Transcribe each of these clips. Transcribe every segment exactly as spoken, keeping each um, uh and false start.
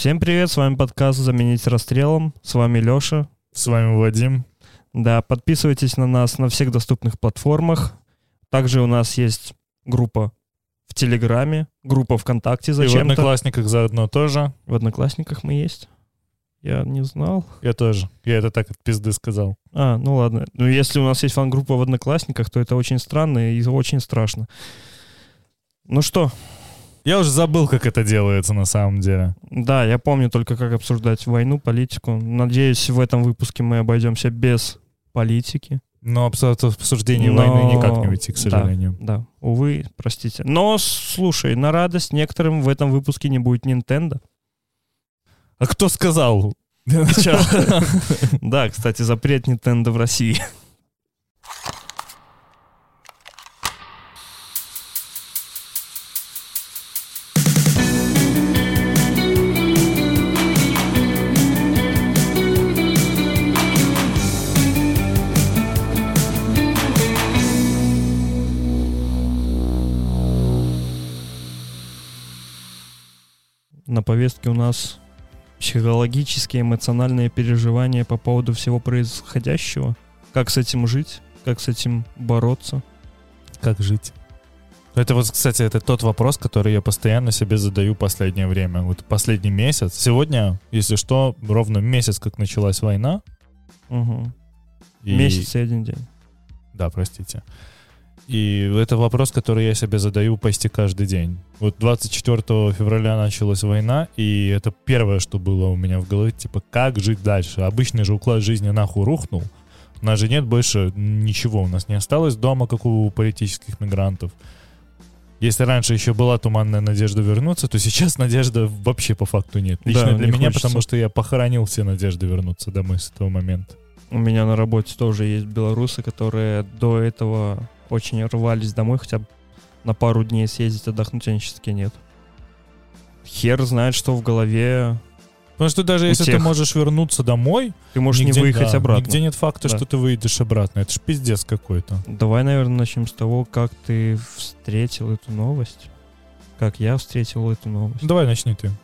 Всем привет, с вами подкаст «Заменить расстрелом», с вами Леша. С вами Вадим. Да, подписывайтесь на нас на всех доступных платформах. Также у нас есть группа в Телеграме, группа ВКонтакте зачем-то. И в Одноклассниках заодно тоже. В Одноклассниках мы есть? Я не знал. Я тоже. Я это так от пизды сказал. А, ну ладно. Ну если у нас есть фан-группа в Одноклассниках, то это очень странно и очень страшно. Ну что? Я уже забыл, как это делается на самом деле. Да, я помню только, как обсуждать войну, политику. Надеюсь, в этом выпуске мы обойдемся без политики. Но от обсуждения Но... войны никак не уйти, к сожалению. Да, да, увы, простите. Но, слушай, на радость некоторым в этом выпуске не будет Nintendo. А кто сказал? Да, кстати, запрет Nintendo в России. На повестке у нас психологические, эмоциональные переживания по поводу всего происходящего. Как с этим жить, как с этим бороться. Как жить? Это вот, кстати, это тот вопрос, который я постоянно себе задаю последнее время. Вот последний месяц. Сегодня, если что, ровно месяц, как началась война. Угу. И... Месяц и один день. Да, простите. И это вопрос, который я себе задаю почти каждый день. Вот двадцать четвёртого февраля началась война, и это первое, что было у меня в голове, типа, как жить дальше? Обычный же уклад жизни нахуй рухнул. У нас же нет больше ничего, у нас не осталось дома, как у политических мигрантов. Если раньше еще была туманная надежда вернуться, то сейчас надежды вообще по факту нет. Лично да, для меня, хочется. Потому что я похоронил все надежды вернуться домой с этого момента. У меня на работе тоже есть белорусы, которые до этого очень рвались домой, хотя бы на пару дней съездить отдохнуть, они сейчас таки нет. Хер знает, что в голове. Потому что даже если тех... ты можешь вернуться домой, ты можешь нигде, не выехать да, обратно. Нигде нет факта, да. что ты выйдешь обратно. Это ж пиздец какой-то. Давай, наверное, начнем с того, как ты встретил эту новость. Как я встретил эту новость. Давай начни ты.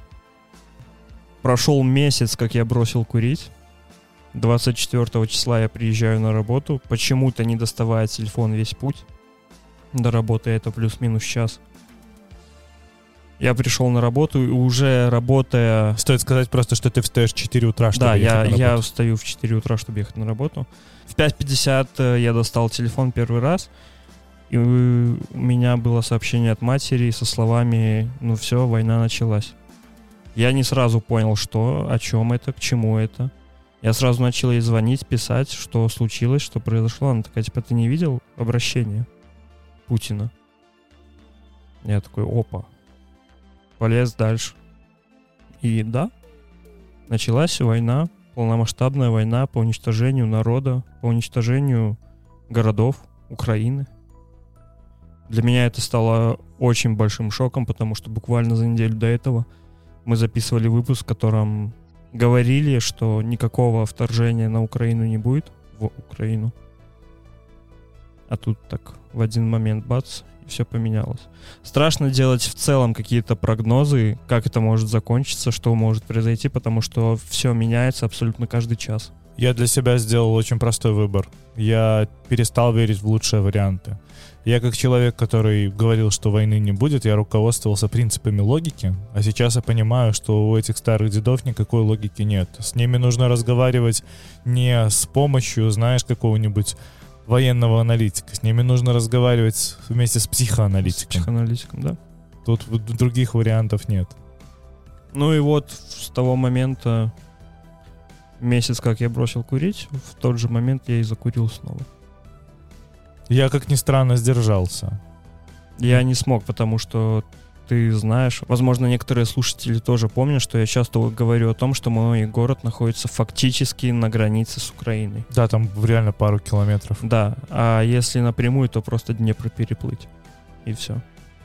Прошел месяц, как я бросил курить. двадцать четвёртого числа я приезжаю на работу, почему-то не доставая телефон весь путь. До работы это плюс-минус час. Я пришел на работу и уже работая... Стоит сказать просто, что ты встаешь в четыре утра, чтобы да, ехать я, на работу. Да, я встаю в четыре утра, чтобы ехать на работу. В пять пятьдесят я достал телефон первый раз, и у меня было сообщение от матери со словами «Ну все, война началась». Я не сразу понял, что, о чем это, к чему это. Я сразу начал ей звонить, писать, что случилось, что произошло. Она такая, типа, ты не видел обращение Путина? Я такой, опа. Полез дальше. И да, началась война, полномасштабная война по уничтожению народа, по уничтожению городов Украины. Для меня это стало очень большим шоком, потому что буквально за неделю до этого мы записывали выпуск, в котором говорили, что никакого вторжения на Украину не будет, в Украину. А тут так в один момент бац, и все поменялось. Страшно делать в целом какие-то прогнозы, как это может закончиться, что может произойти, потому что все меняется абсолютно каждый час. Я для себя сделал очень простой выбор. Я перестал верить в лучшие варианты. Я как человек, который говорил, что войны не будет, я руководствовался принципами логики, а сейчас я понимаю, что у этих старых дедов никакой логики нет. С ними нужно разговаривать не с помощью, знаешь, какого-нибудь военного аналитика. С ними нужно разговаривать вместе с психоаналитиком. С психоаналитиком, да. Тут других вариантов нет. Ну и вот с того момента, месяц как я бросил курить, в тот же момент я и закурил снова. Я, как ни странно, сдержался. Я не смог, потому что ты знаешь, возможно, некоторые слушатели тоже помнят, что я часто говорю о том, что мой город находится фактически на границе с Украиной. Да, там реально пару километров. Да, а если напрямую, то просто Днепр переплыть. И все.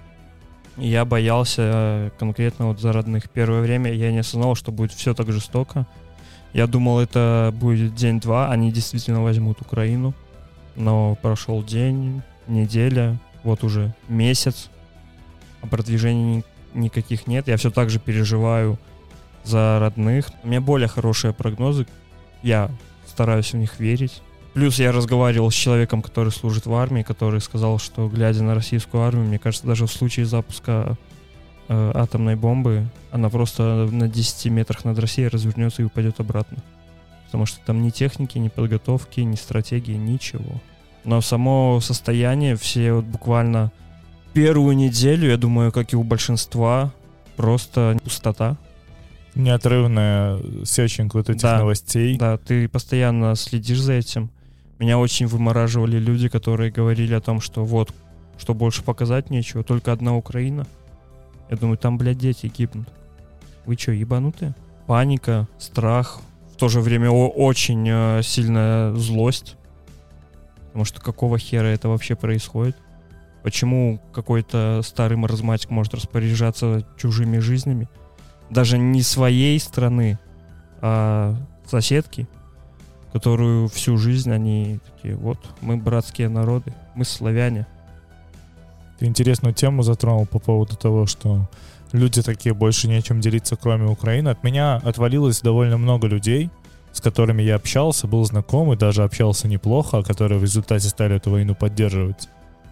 Я боялся конкретно вот за родных. Первое время я не осознал, что будет все так жестоко. Я думал, это будет день-два, они действительно возьмут Украину. Но прошел день, неделя, вот уже месяц, а продвижений никаких нет. Я все так же переживаю за родных. У меня более хорошие прогнозы. Я стараюсь в них верить. Плюс я разговаривал с человеком, который служит в армии, который сказал, что, глядя на российскую армию, мне кажется, даже в случае запуска э, атомной бомбы, она просто на десяти метрах над Россией развернется и упадет обратно. Потому что там ни техники, ни подготовки, ни стратегии, ничего. Но само состояние, все вот буквально первую неделю, я думаю, как и у большинства, просто пустота. Неотрывная сеченька вот этих да, новостей. Да, ты постоянно следишь за этим. Меня очень вымораживали люди, которые говорили о том, что вот, что больше показать нечего, только одна Украина. Я думаю, там, блядь, дети гибнут. Вы что, ебанутые? Паника, страх, в то же время о- очень э, сильная злость. Потому что какого хера это вообще происходит? Почему какой-то старый маразматик может распоряжаться чужими жизнями? Даже не своей страны, а соседки, которую всю жизнь они такие, вот, мы братские народы, мы славяне. Ты интересную тему затронул по поводу того, что люди такие, больше нечем делиться, кроме Украины. От меня отвалилось довольно много людей, с которыми я общался, был знаком и даже общался неплохо, которые в результате стали эту войну поддерживать.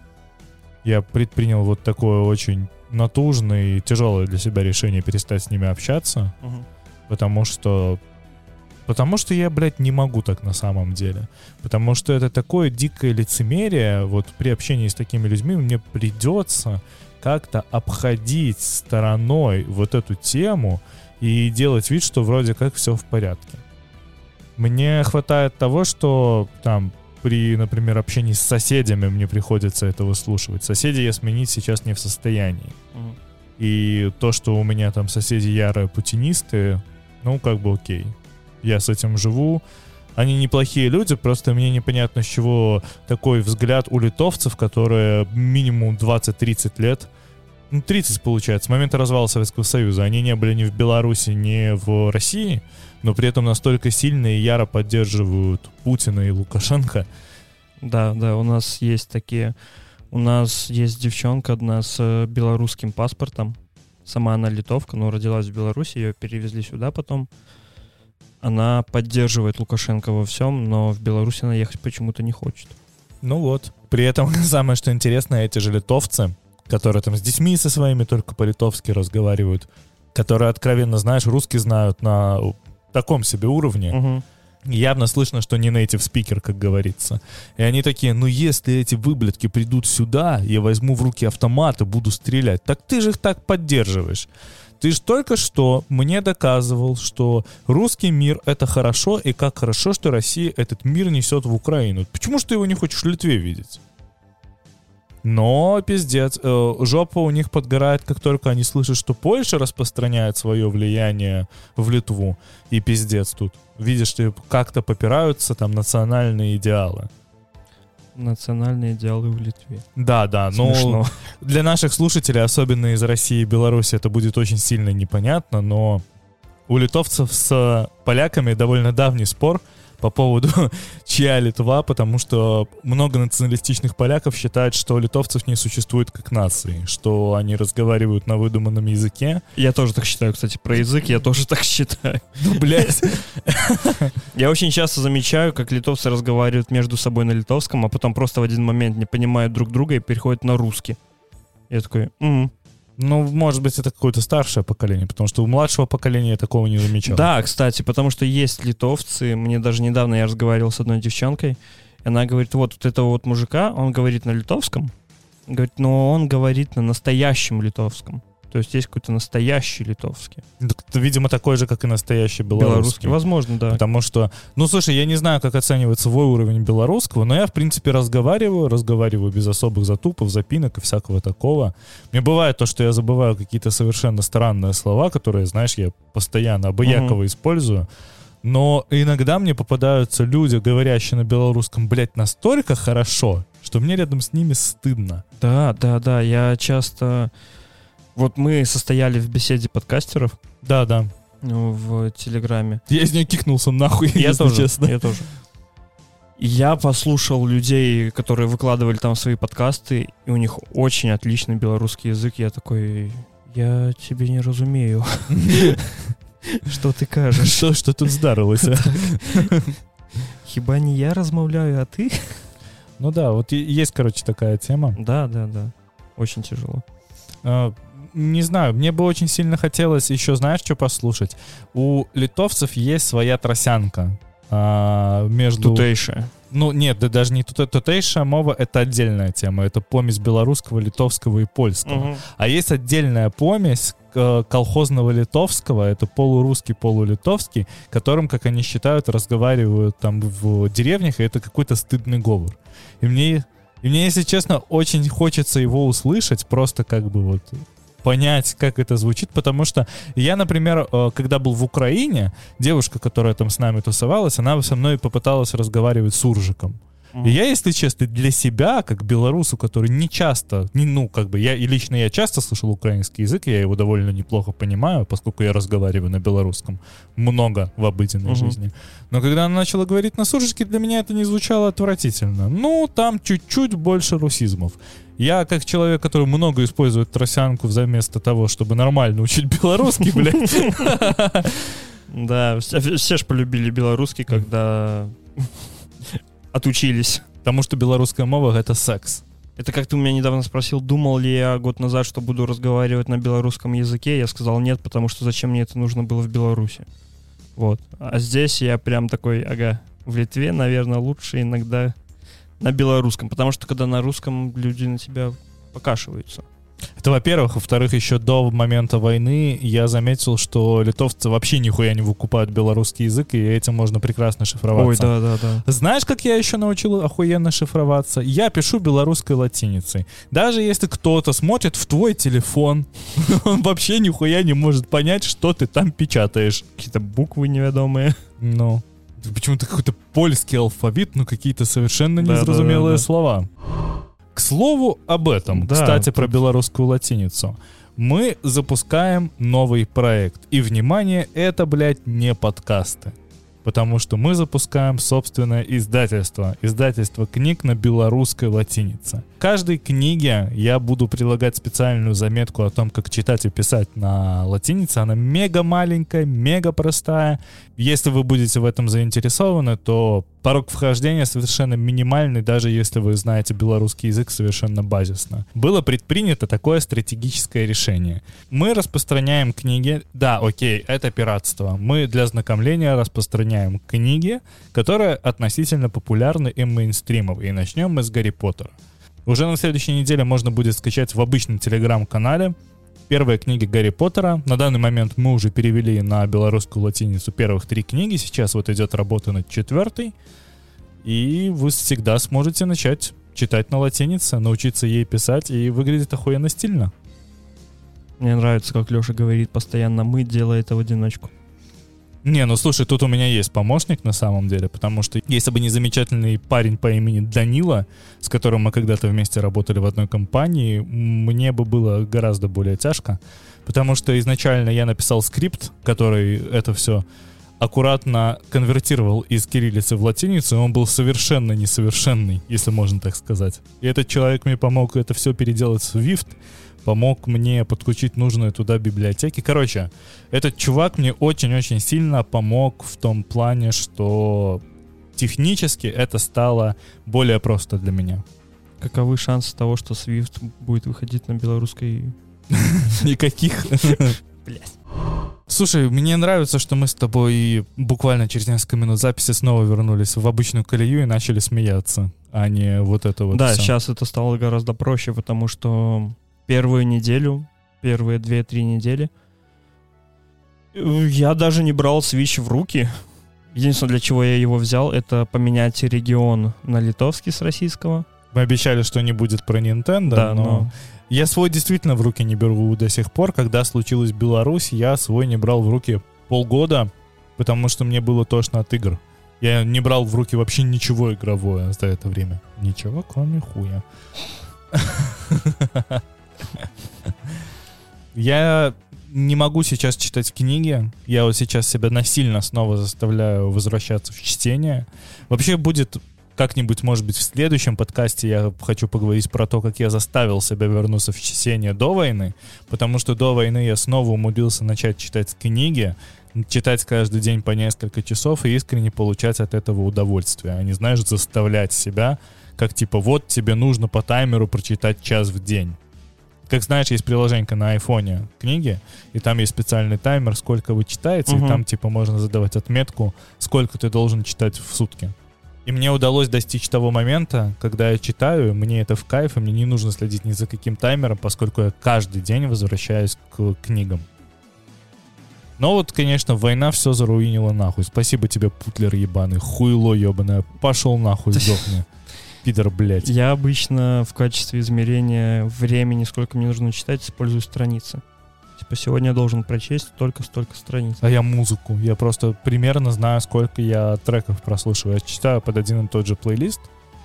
Я предпринял вот такое очень натужное и тяжелое для себя решение перестать с ними общаться, Угу. потому что... Потому что я, блядь, не могу так на самом деле. Потому что это такое дикое лицемерие. Вот при общении с такими людьми мне придется как-то обходить стороной вот эту тему и делать вид, что вроде как все в порядке. Мне хватает того, что там при, например, общении с соседями мне приходится это выслушивать. Соседей я сменить сейчас не в состоянии. Угу. И то, что у меня там соседи ярые путинисты, ну, как бы окей. Я с этим живу. Они неплохие люди, просто мне непонятно, с чего такой взгляд у литовцев, которые минимум двадцать-тридцать лет, ну, тридцать получается, с момента развала Советского Союза, они не были ни в Беларуси, ни в России, но при этом настолько сильно и яро поддерживают Путина и Лукашенко. Да, да, у нас есть такие... У нас есть девчонка одна с белорусским паспортом. Сама она литовка, но родилась в Беларуси, ее перевезли сюда потом. Она поддерживает Лукашенко во всем, но в Беларусь она ехать почему-то не хочет. Ну вот. При этом самое, что интересно, эти же литовцы, которые там с детьми со своими только по-литовски разговаривают, которые откровенно, знаешь, русский знают на таком себе уровне. Угу. Явно слышно, что не native speaker, как говорится. И они такие, ну если эти выблядки придут сюда, я возьму в руки автомат и буду стрелять. Так ты же их так поддерживаешь. Ты же только что мне доказывал, что русский мир — это хорошо, и как хорошо, что Россия этот мир несет в Украину. Почему же ты его не хочешь в Литве видеть? Но, пиздец, э, жопа у них подгорает, как только они слышат, что Польша распространяет свое влияние в Литву. И пиздец тут. Видишь, что как-то попираются там национальные идеалы. Национальные идеалы в Литве. Да, да, но Смешно. для наших слушателей, особенно из России и Беларуси, это будет очень сильно непонятно, но у литовцев с поляками довольно давний спор по поводу чья Литва, потому что много националистичных поляков считают, что литовцев не существует как нации, что они разговаривают на выдуманном языке. Я тоже так считаю, кстати, про язык я тоже так считаю. Ну, блядь. Я очень часто замечаю, как литовцы разговаривают между собой на литовском, а потом просто в один момент не понимают друг друга и переходят на русский. Я такой, м-м. Ну, может быть, это какое-то старшее поколение, потому что у младшего поколения я такого не замечал. Да, кстати, потому что есть литовцы. Мне даже недавно я разговаривал с одной девчонкой, и она говорит, вот, вот этого вот мужика, он говорит на литовском, говорит, но он говорит на настоящем литовском. То есть есть какой-то настоящий литовский. Видимо, такой же, как и настоящий белорусский. Белорусский, возможно, да. Потому что, ну, слушай, я не знаю, как оценивать свой уровень белорусского, но я, в принципе, разговариваю, разговариваю без особых затупов, запинок и всякого такого. Мне бывает то, что я забываю какие-то совершенно странные слова, которые, знаешь, я постоянно обыяково uh-huh. использую. Но иногда мне попадаются люди, говорящие на белорусском, блядь, настолько хорошо, что мне рядом с ними стыдно. Да, да, да, я часто... Вот мы состояли в беседе подкастеров. Да, да. В Телеграме. Я из нее кикнулся нахуй, я если тоже, честно. Я тоже. Я послушал людей, которые выкладывали там свои подкасты, и у них очень отличный белорусский язык. Я такой, я тебе не разумею. Что ты кажешь? Что, что тут здарилося? Хіба не я размовляю, а ты? Ну да, вот есть, короче, такая тема. Да, да, да. Очень тяжело. А, не знаю, мне бы очень сильно хотелось еще, знаешь, что послушать? У литовцев есть своя тросянка. А, между... Тутейшая. Ну, нет, да даже не тут, тутейшая мова — это отдельная тема. Это помесь белорусского, литовского и польского. Угу. А есть отдельная помесь колхозного литовского, это полурусский, полулитовский, которым, как они считают, разговаривают там в деревнях, и это какой-то стыдный говор. И мне, и мне, если честно, очень хочется его услышать, просто как бы вот понять, как это звучит, потому что я, например, когда был в Украине, девушка, которая там с нами тусовалась, она со мной попыталась разговаривать с суржиком. И я, если честно, для себя, как белорусу, который не часто, не, ну, как бы, я, и лично я часто слышал украинский язык, я его довольно неплохо понимаю, поскольку я разговариваю на белорусском много в обыденной uh-huh. жизни. Но когда она начала говорить на суржике, для меня это не звучало отвратительно. Ну, там чуть-чуть больше русизмов. Я, как человек, который много использует тросянку вместо того, чтобы нормально учить белорусский, блядь. Да, все ж полюбили белорусский, когда... отучились. Потому что белорусская мова — это секс. Это как ты у меня недавно спросил, думал ли я год назад, что буду разговаривать на белорусском языке. Я сказал нет, потому что зачем мне это нужно было в Беларуси. Вот. А здесь я прям такой, ага, в Литве, наверное, лучше иногда на белорусском. Потому что когда на русском, люди на тебя покашиваются. Это, во-первых. Во-вторых, еще до момента войны я заметил, что литовцы вообще нихуя не выкупают белорусский язык, и этим можно прекрасно шифроваться. Ой, да, да, да. Знаешь, как я еще научил охуенно шифроваться? Я пишу белорусской латиницей. Даже если кто-то смотрит в твой телефон, он вообще нихуя не может понять, что ты там печатаешь. Какие-то буквы неведомые. Ну, почему-то какой-то польский алфавит, но какие-то совершенно незразумелые слова. К слову об этом, да, кстати, про белорусскую латиницу. Мы запускаем новый проект. И, внимание, это, блядь, не подкасты. Потому что мы запускаем собственное издательство. Издательство книг на белорусской латинице. К каждой книге я буду прилагать специальную заметку о том, как читать и писать на латинице. Она мега маленькая, мега простая. Если вы будете в этом заинтересованы, то порог вхождения совершенно минимальный, даже если вы знаете белорусский язык совершенно базисно. Было предпринято такое стратегическое решение. Мы распространяем книги. Да, окей, это пиратство. Мы для ознакомления распространяем книги, которые относительно популярны и мейнстримовые. И начнем мы с Гарри Поттера. Уже на следующей неделе можно будет скачать в обычном телеграм-канале первые книги Гарри Поттера. На данный момент мы уже перевели на белорусскую латиницу первых три книги. Сейчас вот идет работа над четвертой. И вы всегда сможете начать читать на латинице, научиться ей писать, и выглядит охуенно стильно. Мне нравится, как Леша говорит постоянно «мы», делая это в одиночку. Не, ну слушай, тут у меня есть помощник на самом деле, потому что если бы не замечательный парень по имени Данила, с которым мы когда-то вместе работали в одной компании, мне бы было гораздо более тяжко, потому что изначально я написал скрипт, который это все аккуратно конвертировал из кириллицы в латиницу, и он был совершенно несовершенный, если можно так сказать. И этот человек мне помог это все переделать в Swift, помог мне подключить нужные туда библиотеки. Короче, этот чувак мне очень-очень сильно помог в том плане, что технически это стало более просто для меня. Каковы шансы того, что Swift будет выходить на белорусской? Никаких. Блять. Слушай, мне нравится, что мы с тобой буквально через несколько минут записи снова вернулись в обычную колею и начали смеяться, а не вот это вот. Да, все. сейчас это стало гораздо проще, потому что первую неделю, первые две-три недели я даже не брал Switch в руки. Единственное, для чего я его взял, это поменять регион на литовский с российского. Мы обещали, что не будет про Nintendo, да, но... но... Я свой действительно в руки не беру до сих пор. Когда случилась Беларусь, я свой не брал в руки полгода, потому что мне было тошно от игр. Я не брал в руки вообще ничего игровое за это время. Ничего, кроме хуя. Я не могу сейчас читать книги. Я вот сейчас себя насильно снова заставляю возвращаться в чтение. Вообще будет как-нибудь, может быть, в следующем подкасте я хочу поговорить про то, как я заставил себя вернуться в чтение до войны, потому что до войны я снова умудрился начать читать книги, читать каждый день по несколько часов и искренне получать от этого удовольствие, а не, знаешь, заставлять себя, как типа вот тебе нужно по таймеру прочитать час в день. Как знаешь, есть приложение на айфоне книги, и там есть специальный таймер, сколько вы читаете, угу. и там типа можно задавать отметку, сколько ты должен читать в сутки. И мне удалось достичь того момента, когда я читаю, мне это в кайф, и мне не нужно следить ни за каким таймером, поскольку я каждый день возвращаюсь к книгам. Но вот, конечно, война все заруинила нахуй. Спасибо тебе, путлер ебаный, хуйло ебаное, пошел нахуй, сдохни. Пидор, блядь. Я обычно в качестве измерения времени, сколько мне нужно читать, использую страницы. Типа сегодня я должен прочесть только столько страниц. А я музыку. Я просто примерно знаю, сколько я треков прослушиваю. Я читаю под один и тот же плейлист.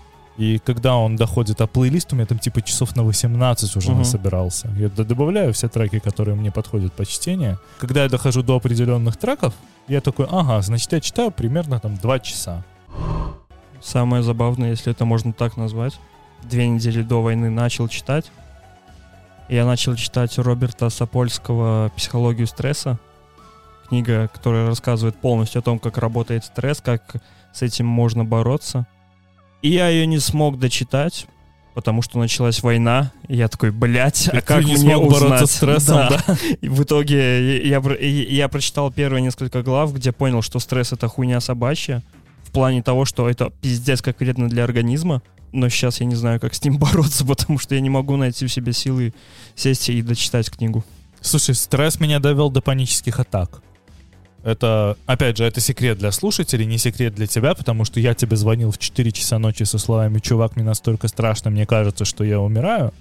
И когда он доходит, а плейлист у меня там типа часов на восемнадцать уже uh-huh. насобирался. Я добавляю все треки, которые мне подходят по чтению. Когда я дохожу до определенных треков, я такой, ага, значит я читаю примерно там два часа. Самое забавное, если это можно так назвать, две недели до войны начал читать. Я начал читать Роберта Сапольского «Психологию стресса». Книга, которая рассказывает полностью о том, как работает стресс, как с этим можно бороться. И я ее не смог дочитать, потому что началась война. И я такой, блядь, а как мне узнать? бороться с стрессом, да? да? И в итоге я, я, я прочитал первые несколько глав, где понял, что стресс — это хуйня собачья. В плане того, что это пиздец как вредно для организма. Но сейчас я не знаю, как с ним бороться, потому что я не могу найти в себе силы сесть и дочитать книгу. Слушай, стресс меня довел до панических атак. Это, опять же, это секрет для слушателей, не секрет для тебя, потому что я тебе звонил в четыре часа ночи со словами: чувак, мне настолько страшно, мне кажется, что я умираю.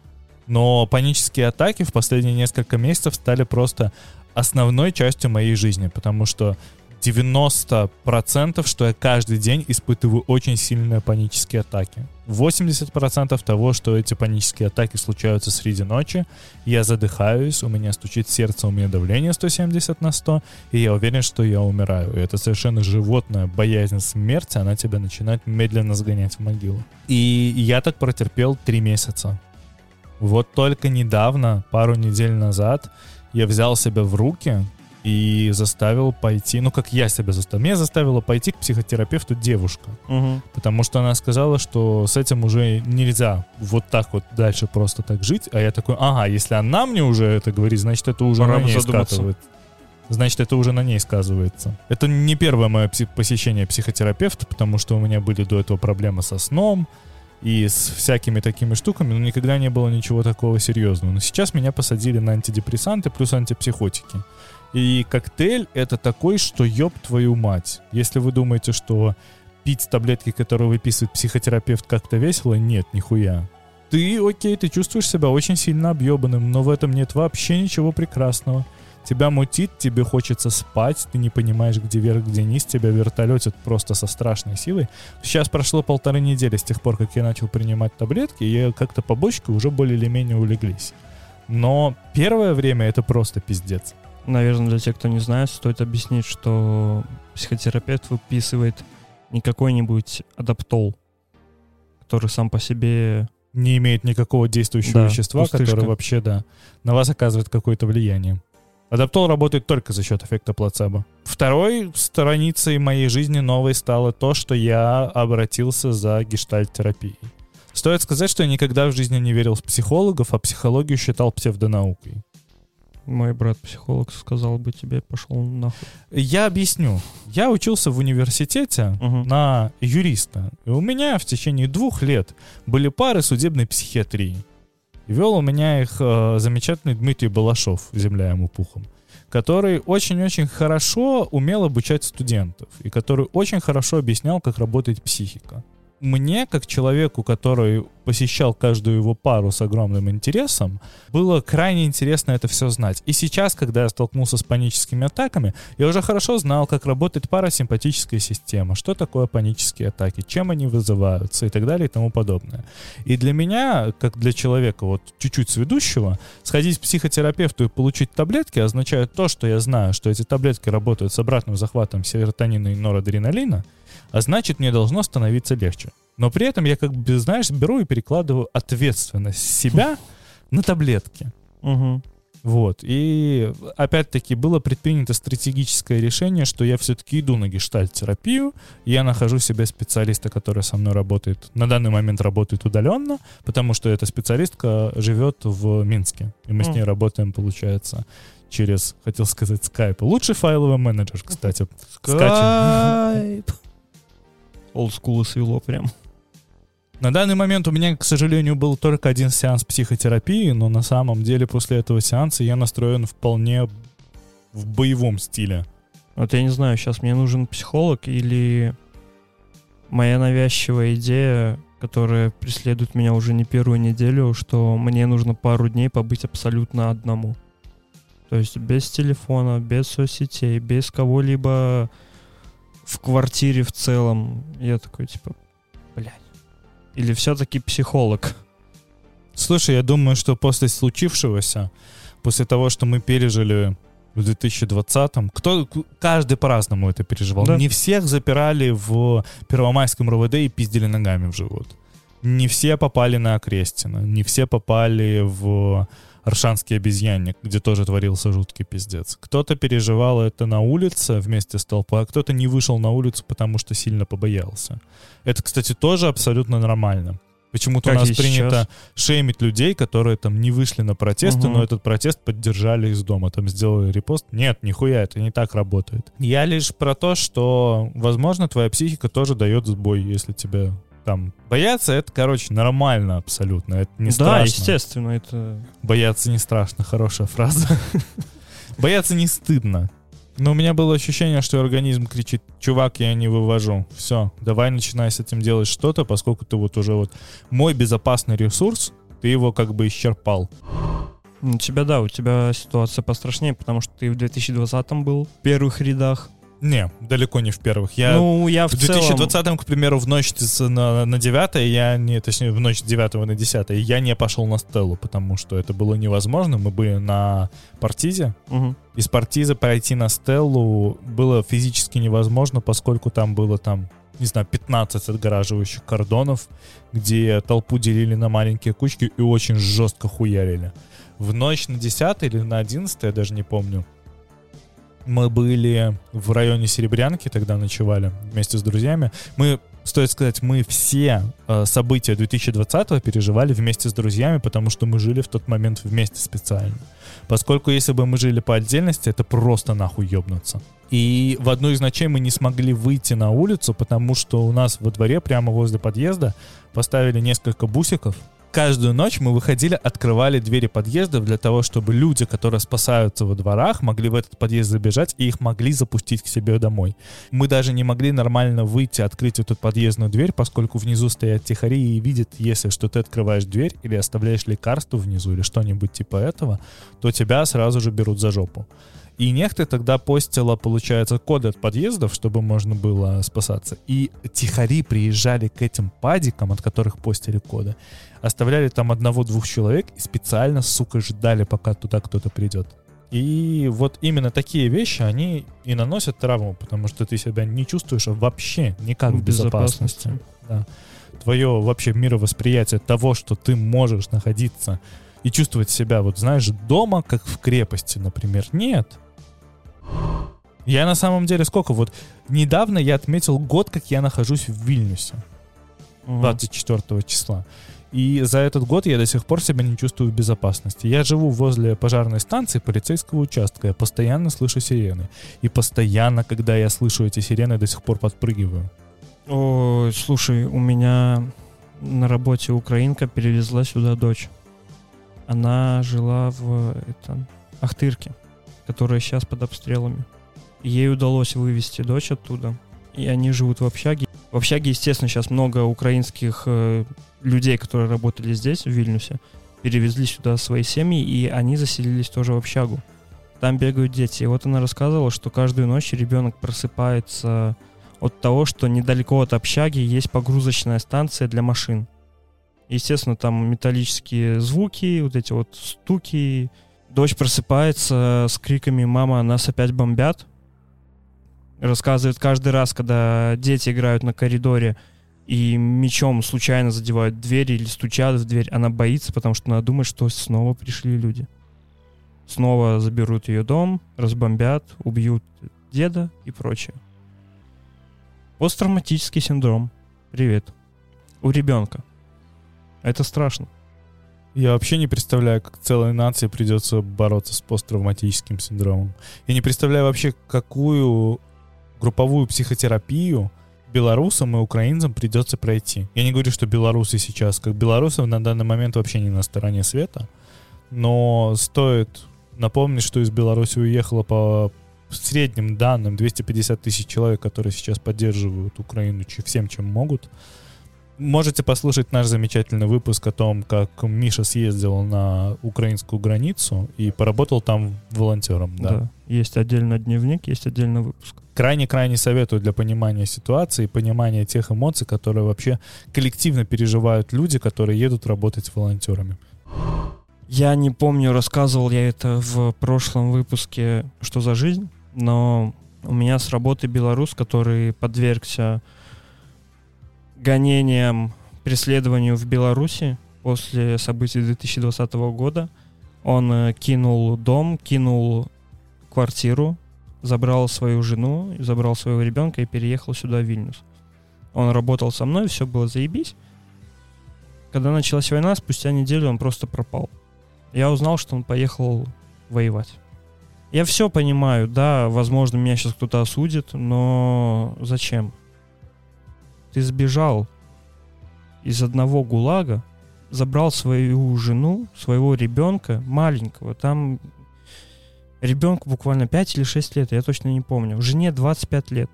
Но панические атаки в последние несколько месяцев стали просто основной частью моей жизни, потому что девяносто процентов, что я каждый день испытываю очень сильные панические атаки. восемьдесят процентов того, что эти панические атаки случаются среди ночи, я задыхаюсь, у меня стучит сердце, у меня давление сто семьдесят на сто, и я уверен, что я умираю. И это совершенно животная боязнь смерти, она тебя начинает медленно сгонять в могилу. И я так протерпел три месяца. Вот только недавно, пару недель назад, я взял себя в руки и заставил пойти, ну как я себя заставил, меня заставила пойти к психотерапевту девушка, угу. потому что она сказала, что с этим уже нельзя вот так вот дальше просто так жить, а я такой, ага, если она мне уже это говорит, значит это уже Пора на ней скатывает. Значит, это уже на ней сказывается. Это не первое мое пси- посещение психотерапевта, потому что у меня были до этого проблемы со сном и с всякими такими штуками, но никогда не было ничего такого серьезного. Но сейчас меня посадили на антидепрессанты плюс антипсихотики. И коктейль — это такой, что ёб твою мать. Если вы думаете, что пить таблетки, которые выписывает психотерапевт, как-то весело, нет, нихуя. Ты, окей, ты чувствуешь себя очень сильно объебанным, но в этом нет вообще ничего прекрасного. Тебя мутит, тебе хочется спать, ты не понимаешь, где вверх, где низ, тебя вертолетит просто со страшной силой. Сейчас прошло полторы недели с тех пор, как я начал принимать таблетки, и как-то побочки уже более или менее улеглись. Но первое время это просто пиздец. Наверное, для тех, кто не знает, стоит объяснить, что психотерапевт выписывает не какой-нибудь адаптол, который сам по себе не имеет никакого действующего да, вещества, пустышка. Которое вообще, да, на вас оказывает какое-то влияние. Адаптол работает только за счет эффекта плацебо. Второй страницей моей жизни новой стало то, что я обратился за гештальт-терапией. Стоит сказать, что я никогда в жизни не верил в психологов, а психологию считал псевдонаукой. Мой брат-психолог сказал бы тебе, пошел нахуй. Я объясню. Я учился в университете uh-huh. на юриста. И у меня в течение двух лет были пары судебной психиатрии. И вел у меня их э, замечательный Дмитрий Балашов, земля ему пухом, который очень-очень хорошо умел обучать студентов. И который очень хорошо объяснял, как работает психика. Мне, как человеку, который посещал каждую его пару с огромным интересом, было крайне интересно это все знать. И сейчас, когда я столкнулся с паническими атаками, я уже хорошо знал, как работает парасимпатическая система, что такое панические атаки, чем они вызываются и так далее и тому подобное. И для меня, как для человека вот чуть-чуть сведущего, сходить к психотерапевту и получить таблетки означает то, что я знаю, что эти таблетки работают с обратным захватом серотонина и норадреналина, а значит, мне должно становиться легче. Но при этом я, как бы, знаешь, беру и перекладываю ответственность с себя на таблетки. Угу. Вот. И опять-таки было предпринято стратегическое решение, что я все-таки иду на гештальт-терапию, я нахожу себе специалиста, который со мной работает, на данный момент работает удаленно, потому что эта специалистка живет в Минске, и мы с ней работаем, получается, через, хотел сказать, скайп. Лучший файловый менеджер, кстати. Скайп. Олдскулы свело прям. На данный момент у меня, к сожалению, был только один сеанс психотерапии, но на самом деле после этого сеанса я настроен вполне в боевом стиле. Вот я не знаю, сейчас мне нужен психолог или моя навязчивая идея, которая преследует меня уже не первую неделю, что мне нужно пару дней побыть абсолютно одному. То есть без телефона, без соцсетей, без кого-либо в квартире в целом. Я такой, типа, блядь. Или все-таки психолог? Слушай, я думаю, что после случившегося, после того, что мы пережили в две тысячи двадцатом, кто, каждый по-разному это переживал. Да. Не всех запирали в Первомайском РОВД и пиздили ногами в живот. Не все попали на Окрестино, не все попали в Аршанский обезьянник, где тоже творился жуткий пиздец. Кто-то переживал это на улице вместе с толпой, а кто-то не вышел на улицу, потому что сильно побоялся. Это, кстати, тоже абсолютно нормально. Почему-то как у нас принято сейчас? шеймить людей, которые там не вышли на протесты, угу. но этот протест поддержали из дома, там сделали репост. Нет, нихуя, это не так работает. Я лишь про то, что, возможно, твоя психика тоже дает сбой, если тебя там бояться, это, короче, нормально абсолютно, это не страшно. Да, естественно, это... Бояться не страшно, хорошая фраза. Бояться не стыдно. Но у меня было ощущение, что организм кричит: чувак, я не вывожу. Все, давай начинай с этим делать что-то, поскольку ты вот уже вот мой безопасный ресурс, ты его как бы исчерпал. У тебя, да, у тебя ситуация пострашнее, потому что ты в две тысячи двадцатом был в первых рядах. Не, далеко не в первых. Я, ну, я в, в две тысячи двадцатом, целом... к примеру, в ночь на, на девятое, я не, точнее, в ночь с девятого на десятое, я не пошел на Стеллу, потому что это было невозможно. Мы были на Партизе. Угу. Из Партиза пройти на Стеллу было физически невозможно, поскольку там было там, не знаю, пятнадцать отгораживающих кордонов, где толпу делили на маленькие кучки и очень жестко хуярили. В ночь на десятое или на одиннадцатое, я даже не помню, мы были в районе Серебрянки, тогда ночевали вместе с друзьями. Мы, стоит сказать, мы все э, события две тысячи двадцатого переживали вместе с друзьями, потому что мы жили в тот момент вместе специально. Поскольку если бы мы жили по отдельности, это просто нахуй ёбнуться. И в одну из ночей мы не смогли выйти на улицу, потому что у нас во дворе, прямо возле подъезда, поставили несколько бусиков. Каждую ночь мы выходили, открывали двери подъездов для того, чтобы люди, которые спасаются во дворах, могли в этот подъезд забежать и их могли запустить к себе домой. Мы даже не могли нормально выйти, открыть эту подъездную дверь, поскольку внизу стоят тихари и видят, если что ты открываешь дверь или оставляешь лекарство внизу или что-нибудь типа этого, то тебя сразу же берут за жопу. И некто тогда постила, получается, коды от подъездов, чтобы можно было спасаться. И тихари приезжали к этим падикам, от которых постили коды, оставляли там одного-двух человек и специально, сука, ждали, пока туда кто-то придет. И вот именно такие вещи, они и наносят травму, потому что ты себя не чувствуешь вообще никак в безопасности. безопасности. Да. Твое вообще мировосприятие того, что ты можешь находиться и чувствовать себя, вот знаешь, дома, как в крепости, например, нет. Я на самом деле сколько вот... Недавно я отметил год, как я нахожусь в Вильнюсе. двадцать четвёртого числа. И за этот год я до сих пор себя не чувствую в безопасности. Я живу возле пожарной станции полицейского участка. Я постоянно слышу сирены. И постоянно, когда я слышу эти сирены, до сих пор подпрыгиваю. Ой, слушай, у меня на работе украинка перевезла сюда дочь. Она жила в это, Ахтырке, которая сейчас под обстрелами. Ей удалось вывести дочь оттуда. И они живут в общаге. В общаге, естественно, сейчас много украинских э, людей, которые работали здесь, в Вильнюсе, перевезли сюда свои семьи, и они заселились тоже в общагу. Там бегают дети. И вот она рассказывала, что каждую ночь ребенок просыпается от того, что недалеко от общаги есть погрузочная станция для машин. Естественно, там металлические звуки, вот эти вот стуки. Дочь просыпается с криками «Мама, нас опять бомбят!» Рассказывает, каждый раз, когда дети играют на коридоре и мечом случайно задевают дверь или стучат в дверь, она боится, потому что она думает, что снова пришли люди. Снова заберут ее дом, разбомбят, убьют деда и прочее. Посттравматический синдром. Привет. У ребенка. Это страшно. Я вообще не представляю, как целой нации придется бороться с посттравматическим синдромом. Я не представляю вообще, какую групповую психотерапию белорусам и украинцам придется пройти. Я не говорю, что белорусы сейчас, как белорусы, на данный момент вообще не на стороне света, но стоит напомнить, что из Беларуси уехало по средним данным двести пятьдесят тысяч человек, которые сейчас поддерживают Украину всем, чем могут. Можете послушать наш замечательный выпуск о том, как Миша съездил на украинскую границу и поработал там волонтером. Да. Да. Есть отдельно дневник, есть отдельный выпуск. Крайне-крайне советую для понимания ситуации, понимания тех эмоций, которые вообще коллективно переживают люди, которые едут работать волонтерами. Я не помню, рассказывал я это в прошлом выпуске «Что за жизнь?», но у меня с работы белорус, который подвергся гонениям, преследованию в Беларуси после событий две тысячи двадцатого года. Он э, кинул дом, кинул квартиру, забрал свою жену, забрал своего ребенка и переехал сюда, в Вильнюс. Он работал со мной, все было заебись. Когда началась война, спустя неделю он просто пропал. Я узнал, что он поехал воевать. Я все понимаю, да, возможно, меня сейчас кто-то осудит, но зачем? Ты сбежал из одного ГУЛАГа, забрал свою жену, своего ребенка, маленького. Там ребенку буквально пять или шесть лет, я точно не помню. Жене двадцать пять лет.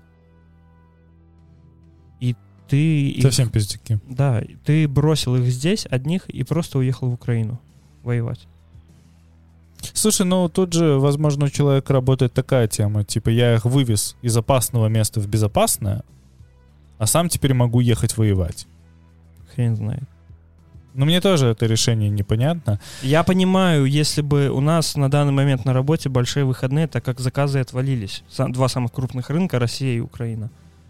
И ты... Совсем их, пиздюки. Да, ты бросил их здесь, одних, и просто уехал в Украину воевать. Слушай, ну тут же, возможно, у человека работает такая тема. Типа, я их вывез из опасного места в безопасное, а сам теперь могу ехать воевать. Хрен знает. Ну, мне тоже это решение непонятно. Я понимаю, если бы у нас на данный момент на работе большие выходные, так как заказы отвалились. Два самых крупных рынка, Россия и Украина.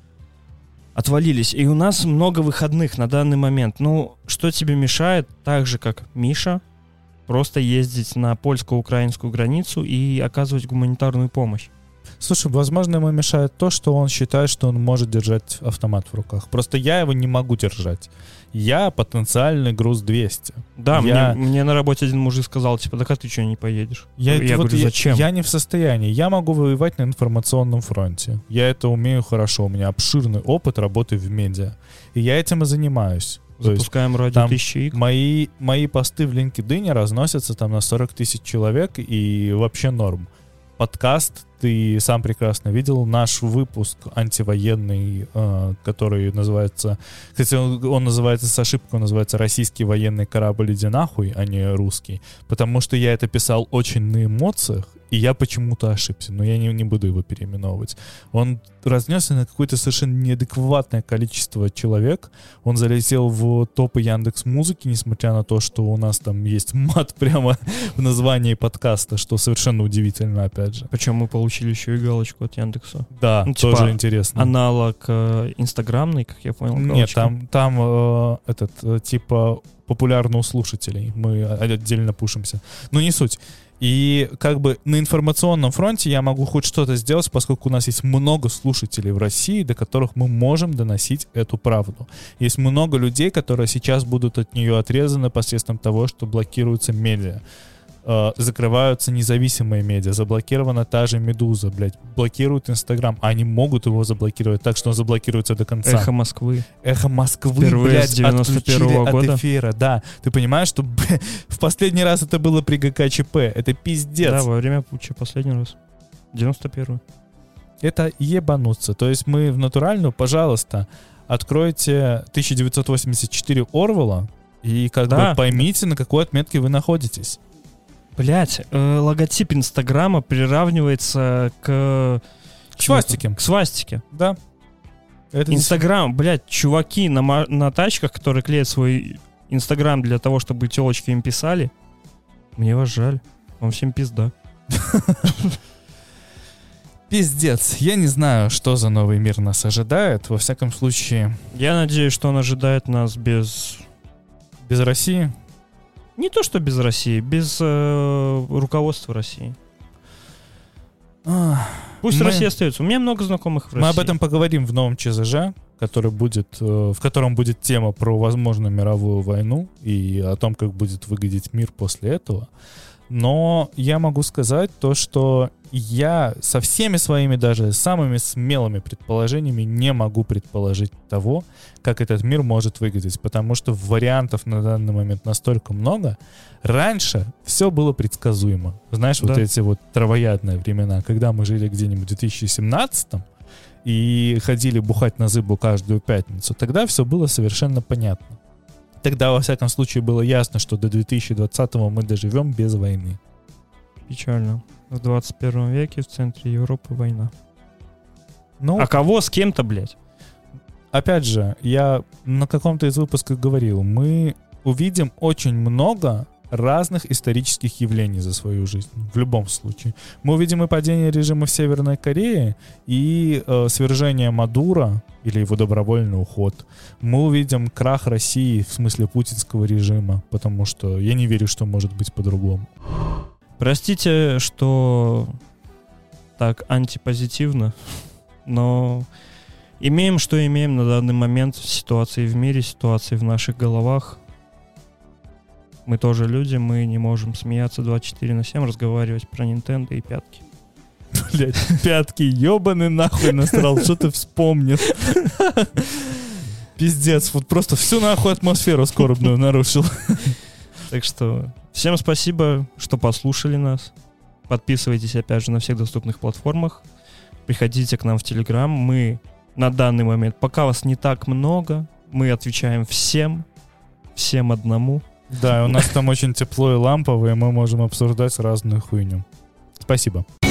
Отвалились. И у нас много выходных на данный момент. Ну, что тебе мешает, так же, как Миша, просто ездить на польско-украинскую границу и оказывать гуманитарную помощь? Слушай, возможно, ему мешает то, что он считает, что он может держать автомат в руках. Просто я его не могу держать. Я потенциальный груз двести. Да, я... мне, мне на работе один мужик сказал, типа, так а ты что, не поедешь? Я, я вот говорю, зачем? Я, я не в состоянии. Я могу воевать на информационном фронте. Я это умею хорошо. У меня обширный опыт работы в медиа. И я этим и занимаюсь. Запускаем радио тысяча икс. Мои, мои посты в LinkedIn разносятся там на сорок тысяч человек, и вообще норм. Подкаст, ты сам прекрасно видел, наш выпуск антивоенный, э, который называется... Кстати, он, он называется с ошибкой, он называется «Российский военный корабль, иди нахуй», а не «Русский». Потому что я это писал очень на эмоциях, и я почему-то ошибся, но я не, не буду его переименовывать. Он разнесся на какое-то совершенно неадекватное количество человек. Он залетел в топы Яндекс.Музыки, несмотря на то, что у нас там есть мат прямо в названии подкаста, что совершенно удивительно, опять же. Причем мы получили еще и галочку от Яндекса. Да, ну, тоже типа интересно. Аналог э, инстаграмный, как я понял, галочка. Нет, там, там э, этот, э, типа, популярно у слушателей. Мы отдельно пушимся. Но не суть. И как бы на информационном фронте я могу хоть что-то сделать, поскольку у нас есть много слушателей в России, до которых мы можем доносить эту правду. Есть много людей, которые сейчас будут от нее отрезаны посредством того, что блокируются медиа. Э, закрываются независимые медиа, заблокирована та же «Медуза», блядь, блокируют Инстаграм, а они могут его заблокировать так, что он заблокируется до конца. Эхо Москвы. Эхо Москвы, впервые блядь, с девяносто первого года. От эфира, да. Ты понимаешь, что в последний раз это было при ГКЧП, это пиздец. Да, во время путча последний раз. девяносто первый. Это ебануться. То есть мы в натуральную, пожалуйста, откройте тысяча девятьсот восемьдесят четыре Орвелла и как Да. бы поймите, на какой отметке вы находитесь. Блять, э, логотип Инстаграма приравнивается к... К свастике. К свастике. Да. Это Инстаграм, блядь, чуваки на, ма- на тачках, которые клеят свой Инстаграм для того, чтобы телочки им писали. Мне вас жаль. Вам всем пизда. Пиздец. Я не знаю, что за новый мир нас ожидает. Во всяком случае, Я надеюсь, что он ожидает нас без... без России. Не то, что без России, без э, руководства России. Ах, Пусть мы- Россия остается. У меня много знакомых в России. Мы об этом поговорим в новом ЧЗЖ, который будет, э, в котором будет тема про возможную мировую войну и о том, как будет выглядеть мир после этого. Но я могу сказать то, что я со всеми своими даже самыми смелыми предположениями не могу предположить того, как этот мир может выглядеть, потому что вариантов на данный момент настолько много. Раньше все было предсказуемо. Знаешь, вот Да. эти вот травоядные времена, когда мы жили где-нибудь в две тысячи семнадцатом и ходили бухать на зыбу каждую пятницу, тогда все было совершенно понятно. Тогда, во всяком случае, было ясно, что до две тысячи двадцатого мы доживем без войны. Печально. В двадцать первом веке в центре Европы война. Ну, А кого с кем-то, блядь? опять же, я на каком-то из выпусков говорил, мы увидим очень много разных исторических явлений за свою жизнь. В любом случае. Мы увидим и падение режима в Северной Корее, и э, свержение Мадуро, или его добровольный уход. Мы увидим крах России, в смысле путинского режима, потому что я не верю, что может быть по-другому. Простите, что так антипозитивно, но имеем, что имеем на данный момент в ситуации в мире, ситуации в наших головах. Мы тоже люди, мы не можем смеяться двадцать четыре на семь, разговаривать про Nintendo и пятки. Блять, пятки ебаный нахуй насрал, что ты вспомнил? Пиздец, вот просто всю нахуй атмосферу скорбную нарушил. Так что всем спасибо, что послушали нас. Подписывайтесь, опять же, на всех доступных платформах. Приходите к нам в Телеграм. Мы на данный момент, пока вас не так много, мы отвечаем всем, всем одному. Да, у нас там очень тепло и лампово, и мы можем обсуждать разную хуйню. Спасибо.